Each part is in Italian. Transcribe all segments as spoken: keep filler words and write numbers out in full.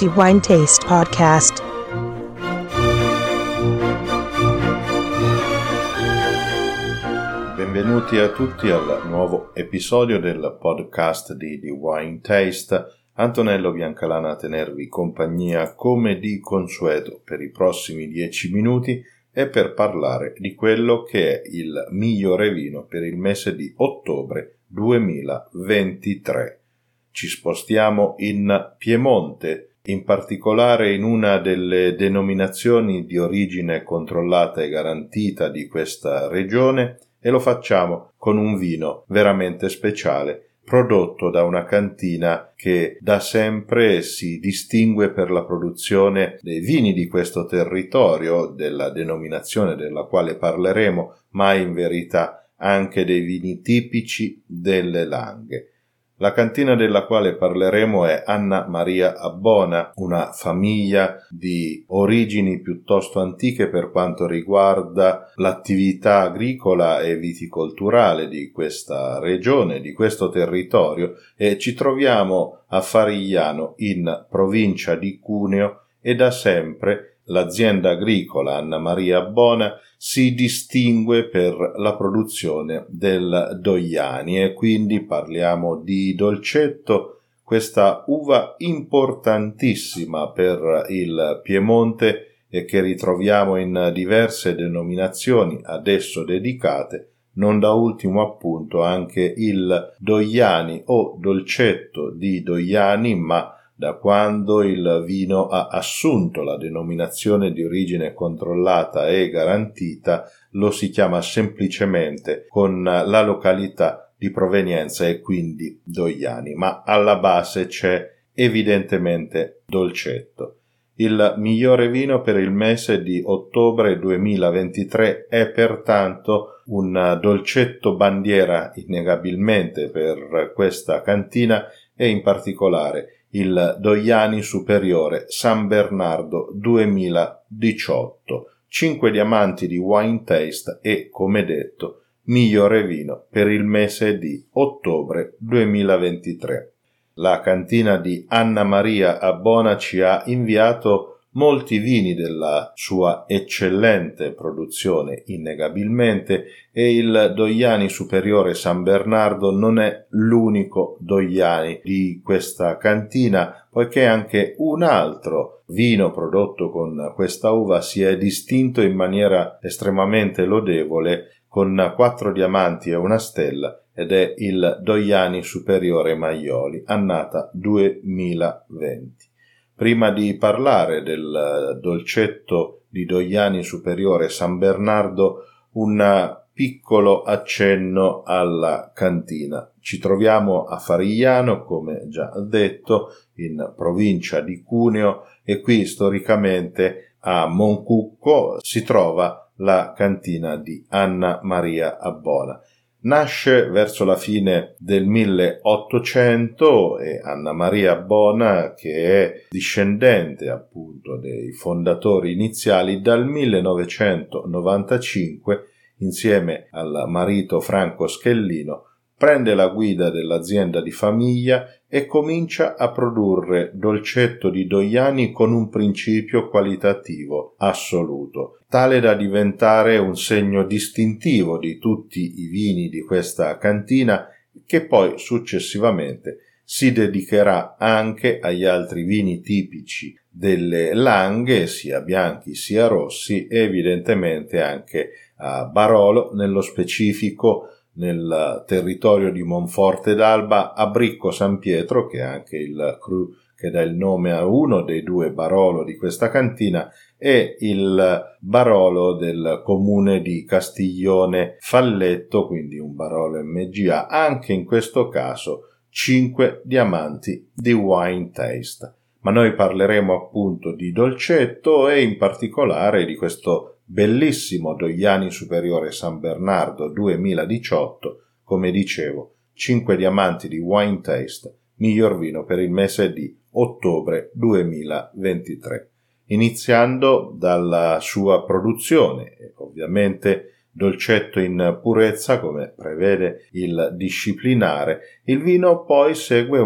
di Wine Taste Podcast. Benvenuti a tutti al nuovo episodio del podcast di, di Wine Taste. Antonello Biancalana a tenervi compagnia come di consueto per i prossimi dieci minuti e per parlare di quello che è il migliore vino per il mese di ottobre duemilaventitré. Ci spostiamo in Piemonte, in particolare in una delle denominazioni di origine controllata e garantita di questa regione, e lo facciamo con un vino veramente speciale, prodotto da una cantina che da sempre si distingue per la produzione dei vini di questo territorio, della denominazione della quale parleremo, ma in verità anche dei vini tipici delle Langhe. La cantina della quale parleremo è Anna Maria Abbona, una famiglia di origini piuttosto antiche per quanto riguarda l'attività agricola e viticolturale di questa regione, di questo territorio, e ci troviamo a Farigliano, in provincia di Cuneo, e da sempre l'azienda agricola Anna Maria Abbona si distingue per la produzione del Dogliani e quindi parliamo di dolcetto, questa uva importantissima per il Piemonte e che ritroviamo in diverse denominazioni adesso dedicate, non da ultimo appunto anche il Dogliani o dolcetto di Dogliani, ma da quando il vino ha assunto la denominazione di origine controllata e garantita, lo si chiama semplicemente con la località di provenienza e quindi Dogliani, ma alla base c'è evidentemente dolcetto. Il migliore vino per il mese di ottobre duemilaventitré è pertanto un dolcetto bandiera innegabilmente per questa cantina e in particolare il Dogliani Superiore San Bernardo duemiladiciotto, cinque diamanti di Wine Taste e, come detto, migliore vino per il mese di ottobre duemilaventitré. La cantina di Anna Maria Abbona ci ha inviato molti vini della sua eccellente produzione innegabilmente e il Dogliani Superiore San Bernardo non è l'unico Dogliani di questa cantina, poiché anche un altro vino prodotto con questa uva si è distinto in maniera estremamente lodevole con quattro diamanti e una stella, ed è il Dogliani Superiore Maioli, annata duemilaventi. Prima di parlare del dolcetto di Dogliani Superiore San Bernardo, un piccolo accenno alla cantina. Ci troviamo a Farigliano, come già detto, in provincia di Cuneo, e qui storicamente a Moncucco si trova la cantina di Anna Maria Abbona. Nasce verso la fine del milleottocento e Anna Maria Abbona, che è discendente appunto dei fondatori iniziali, dal millenovecentonovantacinque, insieme al marito Franco Schellino, prende la guida dell'azienda di famiglia e comincia a produrre dolcetto di Dogliani con un principio qualitativo assoluto, tale da diventare un segno distintivo di tutti i vini di questa cantina, che poi successivamente si dedicherà anche agli altri vini tipici delle Langhe, sia bianchi sia rossi, e evidentemente anche a Barolo, nello specifico nel territorio di Monforte d'Alba, a Bricco San Pietro, che è anche il cru che dà il nome a uno dei due Barolo di questa cantina, e il Barolo del comune di Castiglione Falletto, quindi un Barolo M G A, anche in questo caso cinque diamanti di Wine Taste. Ma noi parleremo appunto di dolcetto e in particolare di questo bellissimo Dogliani Superiore San Bernardo duemiladiciotto, come dicevo, cinque diamanti di Wine Taste, miglior vino per il mese di ottobre duemilaventitré. Iniziando dalla sua produzione, e ovviamente dolcetto in purezza come prevede il disciplinare, il vino poi segue una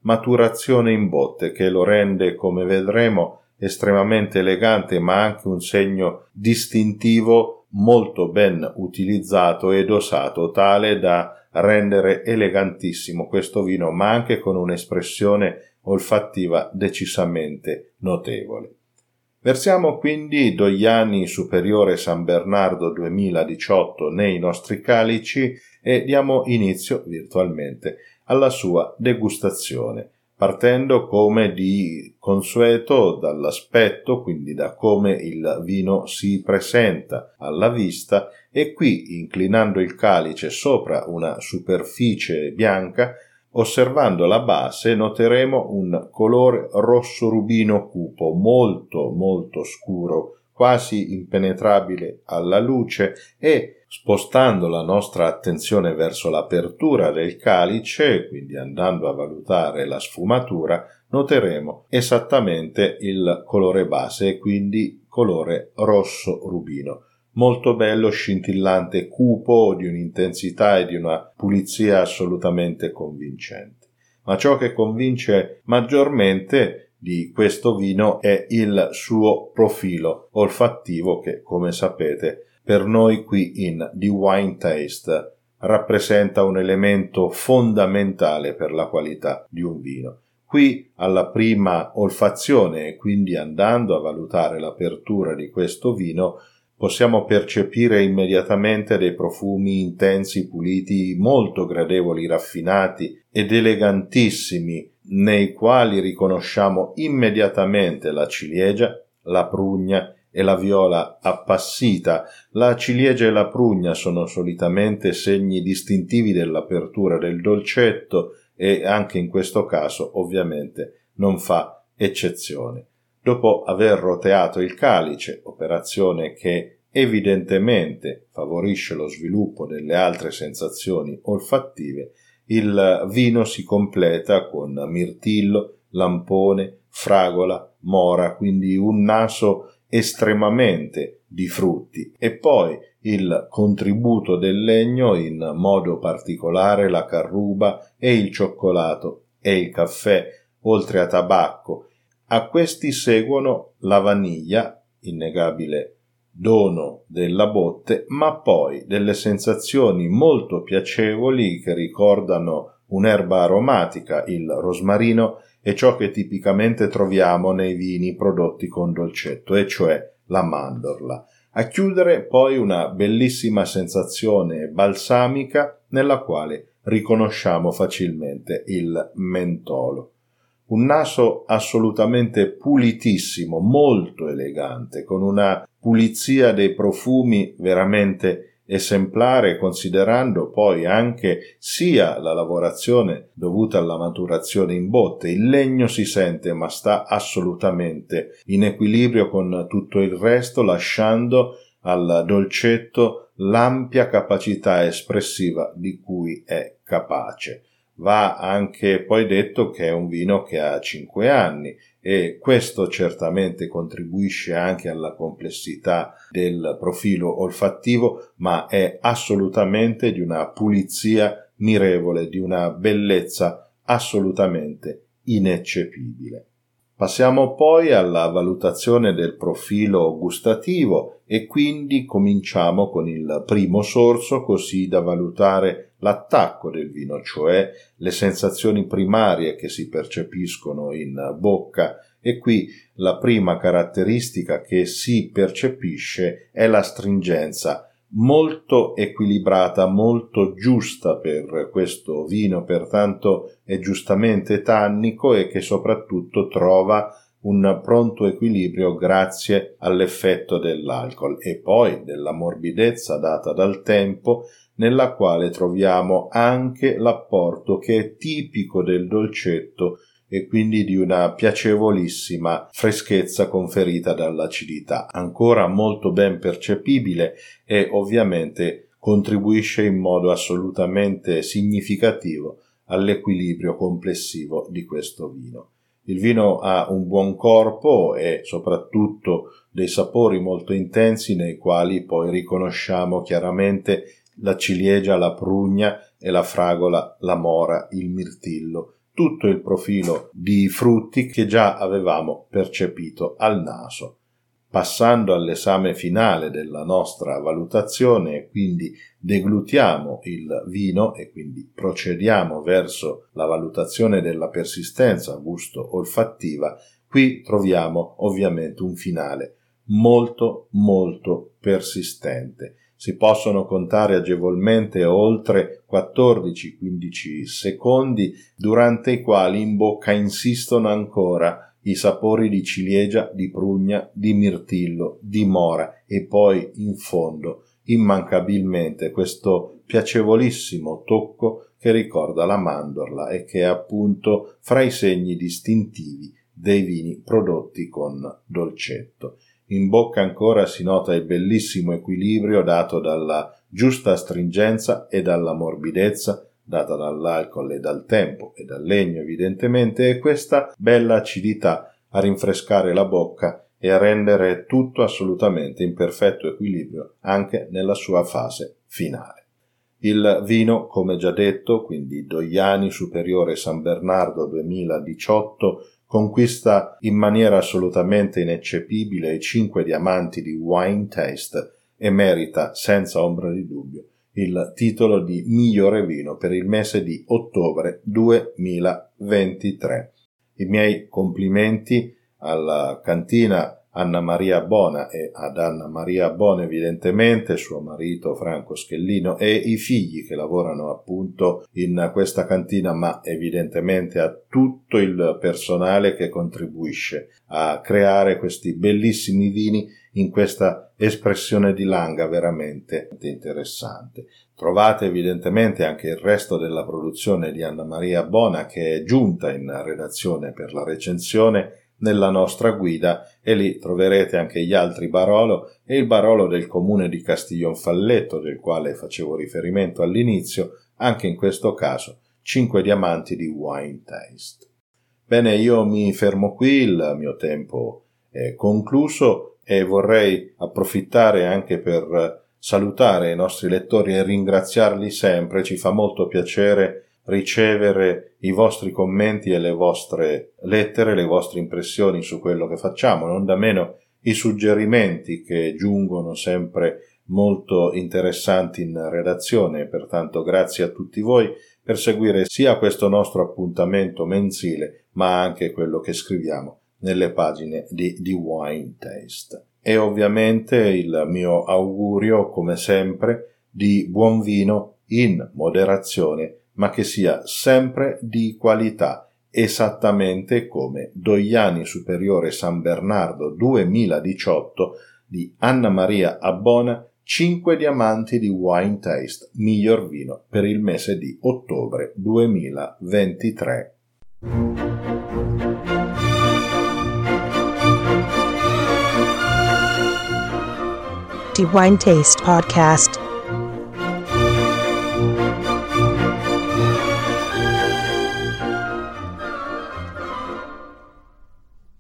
maturazione in botte che lo rende, come vedremo, estremamente elegante, ma anche un segno distintivo molto ben utilizzato e dosato, tale da rendere elegantissimo questo vino, ma anche con un'espressione olfattiva decisamente notevole. Versiamo quindi Dogliani Superiore San Bernardo duemiladiciotto nei nostri calici e diamo inizio virtualmente alla sua degustazione, partendo come di consueto dall'aspetto, quindi da come il vino si presenta alla vista, e qui, inclinando il calice sopra una superficie bianca, osservando la base, noteremo un colore rosso rubino cupo, molto molto scuro, quasi impenetrabile alla luce, e spostando la nostra attenzione verso l'apertura del calice, quindi andando a valutare la sfumatura, noteremo esattamente il colore base e quindi colore rosso rubino. Molto bello, scintillante, cupo, di un'intensità e di una pulizia assolutamente convincente. Ma ciò che convince maggiormente di questo vino è il suo profilo olfattivo che, come sapete, per noi qui in The Wine Taste rappresenta un elemento fondamentale per la qualità di un vino. Qui, alla prima olfazione e quindi andando a valutare l'apertura di questo vino, possiamo percepire immediatamente dei profumi intensi, puliti, molto gradevoli, raffinati ed elegantissimi, nei quali riconosciamo immediatamente la ciliegia, la prugna e la viola appassita. La ciliegia e la prugna sono solitamente segni distintivi dell'apertura del dolcetto e anche in questo caso ovviamente non fa eccezione. Dopo aver roteato il calice, operazione che evidentemente favorisce lo sviluppo delle altre sensazioni olfattive, il vino si completa con mirtillo, lampone, fragola, mora, quindi un naso estremamente di frutti, e poi il contributo del legno, in modo particolare la carruba e il cioccolato e il caffè, oltre a tabacco. A questi seguono la vaniglia, innegabile dono della botte, ma poi delle sensazioni molto piacevoli che ricordano un'erba aromatica, il rosmarino, e ciò che tipicamente troviamo nei vini prodotti con dolcetto, e cioè la mandorla. A chiudere poi una bellissima sensazione balsamica nella quale riconosciamo facilmente il mentolo. Un naso assolutamente pulitissimo, molto elegante, con una pulizia dei profumi veramente esemplare, considerando poi anche sia la lavorazione dovuta alla maturazione in botte. Il legno si sente, ma sta assolutamente in equilibrio con tutto il resto, lasciando al dolcetto l'ampia capacità espressiva di cui è capace. Va anche poi detto che è un vino che ha cinque anni e questo certamente contribuisce anche alla complessità del profilo olfattivo, ma è assolutamente di una pulizia mirevole, di una bellezza assolutamente ineccepibile. Passiamo poi alla valutazione del profilo gustativo e quindi cominciamo con il primo sorso, così da valutare l'attacco del vino, cioè le sensazioni primarie che si percepiscono in bocca, e qui la prima caratteristica che si percepisce è la stringenza, molto equilibrata, molto giusta per questo vino, pertanto è giustamente tannico e che soprattutto trova un pronto equilibrio grazie all'effetto dell'alcol e poi della morbidezza data dal tempo, nella quale troviamo anche l'apporto che è tipico del dolcetto e quindi di una piacevolissima freschezza conferita dall'acidità, ancora molto ben percepibile e ovviamente contribuisce in modo assolutamente significativo all'equilibrio complessivo di questo vino. Il vino ha un buon corpo e soprattutto dei sapori molto intensi nei quali poi riconosciamo chiaramente la ciliegia, la prugna e la fragola, la mora, il mirtillo tutto il profilo di frutti che già avevamo percepito al naso. Passando all'esame finale della nostra valutazione e quindi deglutiamo il vino e quindi procediamo verso la valutazione della persistenza gusto-olfattiva, qui troviamo ovviamente un finale molto molto persistente. Si possono contare agevolmente oltre quattordici quindici secondi durante i quali in bocca insistono ancora i sapori di ciliegia, di prugna, di mirtillo, di mora e poi in fondo immancabilmente questo piacevolissimo tocco che ricorda la mandorla e che è appunto fra i segni distintivi dei vini prodotti con dolcetto. In bocca ancora si nota il bellissimo equilibrio dato dalla giusta astringenza e dalla morbidezza data dall'alcol e dal tempo e dal legno evidentemente, e questa bella acidità a rinfrescare la bocca e a rendere tutto assolutamente in perfetto equilibrio anche nella sua fase finale. Il vino, come già detto, quindi Dogliani Superiore San Bernardo duemiladiciotto, conquista in maniera assolutamente ineccepibile i cinque diamanti di Wine Taste e merita senza ombra di dubbio il titolo di migliore vino per il mese di ottobre duemilaventitré. I miei complimenti alla cantina Anna Maria Bona e ad Anna Maria Bona evidentemente, suo marito Franco Schellino e i figli che lavorano appunto in questa cantina, ma evidentemente a tutto il personale che contribuisce a creare questi bellissimi vini in questa espressione di Langa veramente interessante. Trovate evidentemente anche il resto della produzione di Anna Maria Bona, che è giunta in redazione per la recensione nella nostra guida, e lì troverete anche gli altri Barolo e il Barolo del comune di Castiglionfalletto, del quale facevo riferimento all'inizio, anche in questo caso cinque diamanti di Wine Taste. Bene, io mi fermo qui, il mio tempo è concluso e vorrei approfittare anche per salutare i nostri lettori e ringraziarli sempre. Ci fa molto piacere ricevere i vostri commenti e le vostre lettere, le vostre impressioni su quello che facciamo, non da meno i suggerimenti che giungono sempre molto interessanti in redazione. Pertanto grazie a tutti voi per seguire sia questo nostro appuntamento mensile ma anche quello che scriviamo nelle pagine di, di Wine Taste. E ovviamente il mio augurio, come sempre, di buon vino in moderazione, ma che sia sempre di qualità, esattamente come Dogliani Superiore San Bernardo duemiladiciotto di Anna Maria Abbona, cinque diamanti di Wine Taste, miglior vino per il mese di ottobre duemilaventitré. The Wine Taste Podcast.